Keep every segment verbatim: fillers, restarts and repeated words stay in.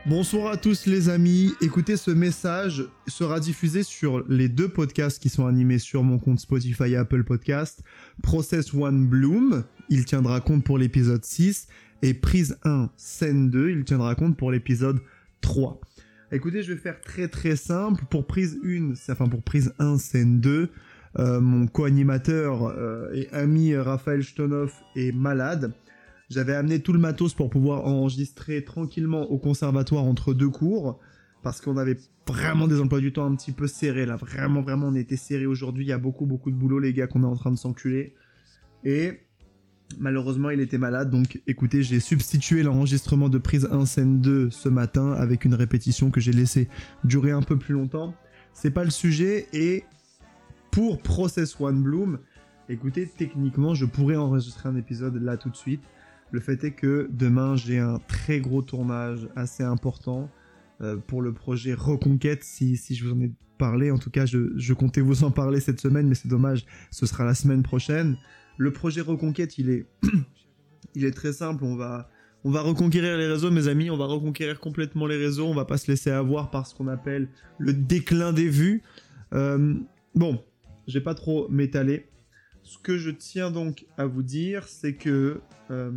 Bonsoir à tous les amis, écoutez, ce message sera diffusé sur les deux podcasts qui sont animés sur mon compte Spotify et Apple Podcast. Process One Bloom, il tiendra compte pour l'épisode six, et Prise un, Scène deux, il tiendra compte pour l'épisode trois. Écoutez, je vais faire très très simple. Pour Prise un, enfin pour Prise un, Scène deux, euh, mon co-animateur euh, et ami Raphaël Shtonov est malade. J'avais amené tout le matos pour pouvoir enregistrer tranquillement au conservatoire entre deux cours, parce qu'on avait vraiment des emplois du temps un petit peu serrés, là, vraiment, vraiment, on était serrés aujourd'hui, il y a beaucoup, beaucoup de boulot, les gars, qu'on est en train de s'enculer, et malheureusement, il était malade, donc écoutez, j'ai substitué l'enregistrement de Prise un, Scène deux ce matin, avec une répétition que j'ai laissé durer un peu plus longtemps. C'est pas le sujet, et pour Process One Bloom, écoutez, techniquement, je pourrais enregistrer un épisode là tout de suite. Le fait est que demain, j'ai un très gros tournage assez important euh, pour le projet Reconquête, si, si je vous en ai parlé. En tout cas, je, je comptais vous en parler cette semaine, mais c'est dommage, ce sera la semaine prochaine. Le projet Reconquête, il est, il est très simple. On va, on va reconquérir les réseaux, mes amis. On va reconquérir complètement les réseaux. On va pas se laisser avoir par ce qu'on appelle le déclin des vues. Euh, bon, je vais pas trop m'étaler. Ce que je tiens donc à vous dire, c'est que euh,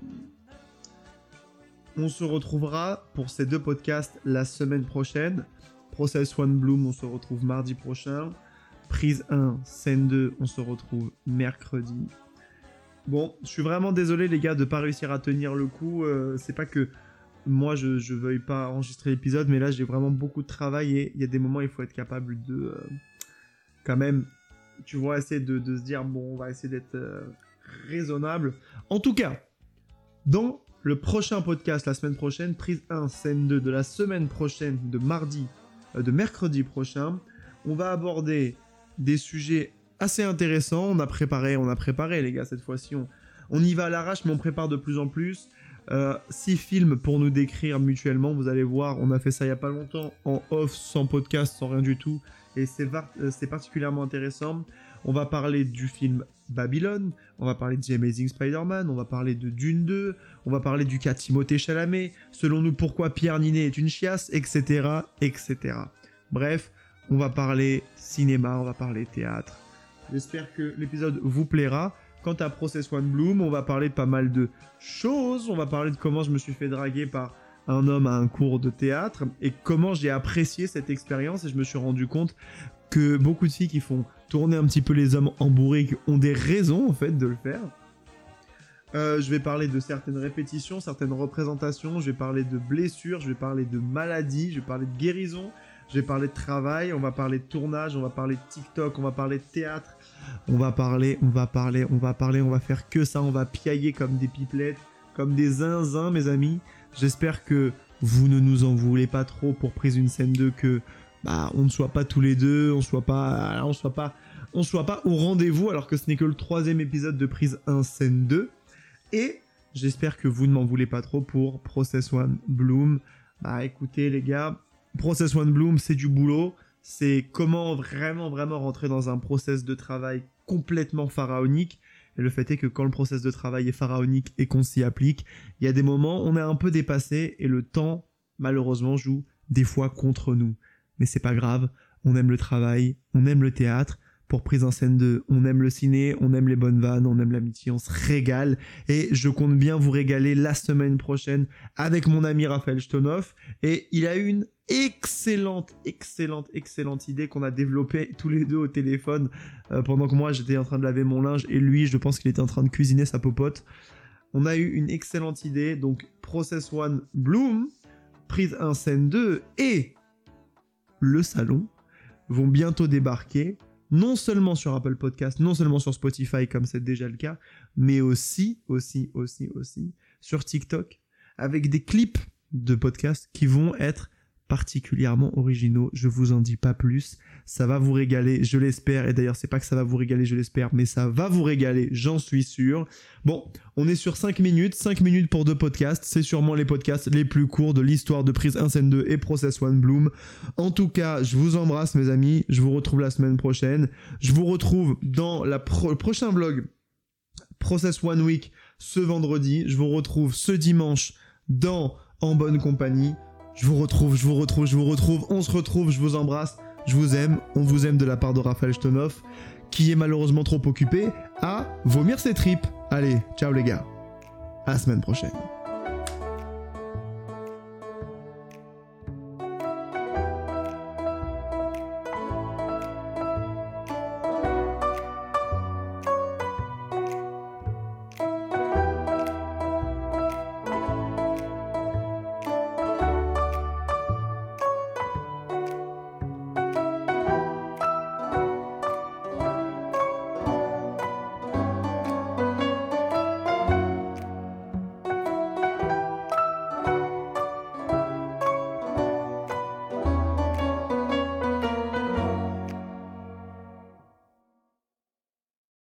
on se retrouvera pour ces deux podcasts la semaine prochaine. Process One Bloom, on se retrouve mardi prochain. Prise un, Scène deux, on se retrouve mercredi. Bon, je suis vraiment désolé les gars de pas réussir à tenir le coup. Euh, c'est pas que moi je, je veuille pas enregistrer l'épisode, mais là j'ai vraiment beaucoup de travail et il y a des moments où il faut être capable de euh, quand même... Tu vois, essayer de, de se dire, bon, on va essayer d'être euh, raisonnable. En tout cas, dans le prochain podcast, la semaine prochaine, Prise un, Scène deux de la semaine prochaine, de mardi, euh, de mercredi prochain, on va aborder des sujets assez intéressants. On a préparé, on a préparé, les gars, cette fois-ci, on, on y va à l'arrache, mais on prépare de plus en plus. Euh, six films pour nous décrire mutuellement, vous allez voir, on a fait ça il n'y a pas longtemps, en off, sans podcast, sans rien du tout. Et c'est, var- euh, c'est particulièrement intéressant. On va parler du film Babylone, on va parler de The Amazing Spider-Man, on va parler de Dune deux, on va parler du cas Timothée Chalamet, selon nous pourquoi Pierre Ninet est une chiasse, et cetera, et cetera. Bref, on va parler cinéma, on va parler théâtre. J'espère que l'épisode vous plaira. Quant à Process One Bloom, on va parler de pas mal de choses. On va parler de comment je me suis fait draguer par un homme à un cours de théâtre et comment j'ai apprécié cette expérience, et je me suis rendu compte que beaucoup de filles qui font tourner un petit peu les hommes embourrés ont des raisons en fait de le faire. Euh, je vais parler de certaines répétitions, certaines représentations, je vais parler de blessures, je vais parler de maladies, je vais parler de guérison, je vais parler de travail, on va parler de tournage, on va parler de TikTok, on va parler de théâtre, on va parler, on va parler, on va parler, on va faire que ça, on va piailler comme des pipelettes, comme des zinzins mes amis. J'espère que vous ne nous en voulez pas trop pour Prise une, Scène deux, que bah on ne soit pas tous les deux, on soit pas, on soit pas, on soit pas au rendez-vous alors que ce n'est que le troisième épisode de Prise un, Scène deux. Et j'espère que vous ne m'en voulez pas trop pour Process One Bloom. Bah écoutez les gars, Process One Bloom c'est du boulot, c'est comment vraiment vraiment rentrer dans un process de travail complètement pharaonique. Et le fait est que quand le process de travail est pharaonique et qu'on s'y applique, il y a des moments où on est un peu dépassé et le temps, malheureusement, joue des fois contre nous. Mais c'est pas grave, on aime le travail, on aime le théâtre. Pour Prise un, Scène deux, on aime le ciné, on aime les bonnes vannes, on aime l'amitié, on se régale. Et je compte bien vous régaler la semaine prochaine avec mon ami Raphaël Shtonov. Et il a une excellente, excellente, excellente idée qu'on a développée tous les deux au téléphone euh, pendant que moi j'étais en train de laver mon linge et lui, je pense qu'il était en train de cuisiner sa popote. On a eu une excellente idée, donc Process One Bloom, Prise un, Scène deux et Le Salon vont bientôt débarquer. Non seulement sur Apple Podcast, non seulement sur Spotify comme c'est déjà le cas, mais aussi, aussi, aussi, aussi sur TikTok avec des clips de podcasts qui vont être particulièrement originaux. Je vous en dis pas plus. Ça va vous régaler, je l'espère. Et d'ailleurs, c'est pas que ça va vous régaler, je l'espère, mais ça va vous régaler, j'en suis sûr. Bon, on est sur cinq minutes. cinq minutes pour deux podcasts. C'est sûrement les podcasts les plus courts de l'histoire de Prise un, Scène deux et Process One Bloom. En tout cas, je vous embrasse, mes amis. Je vous retrouve la semaine prochaine. Je vous retrouve dans la pro- le prochain vlog Process One Week ce vendredi. Je vous retrouve ce dimanche dans En Bonne Compagnie. Je vous retrouve, je vous retrouve, je vous retrouve. On se retrouve, je vous embrasse, je vous aime. On vous aime de la part de Raphaël Stonov, qui est malheureusement trop occupé à vomir ses tripes. Allez, ciao les gars. À la semaine prochaine.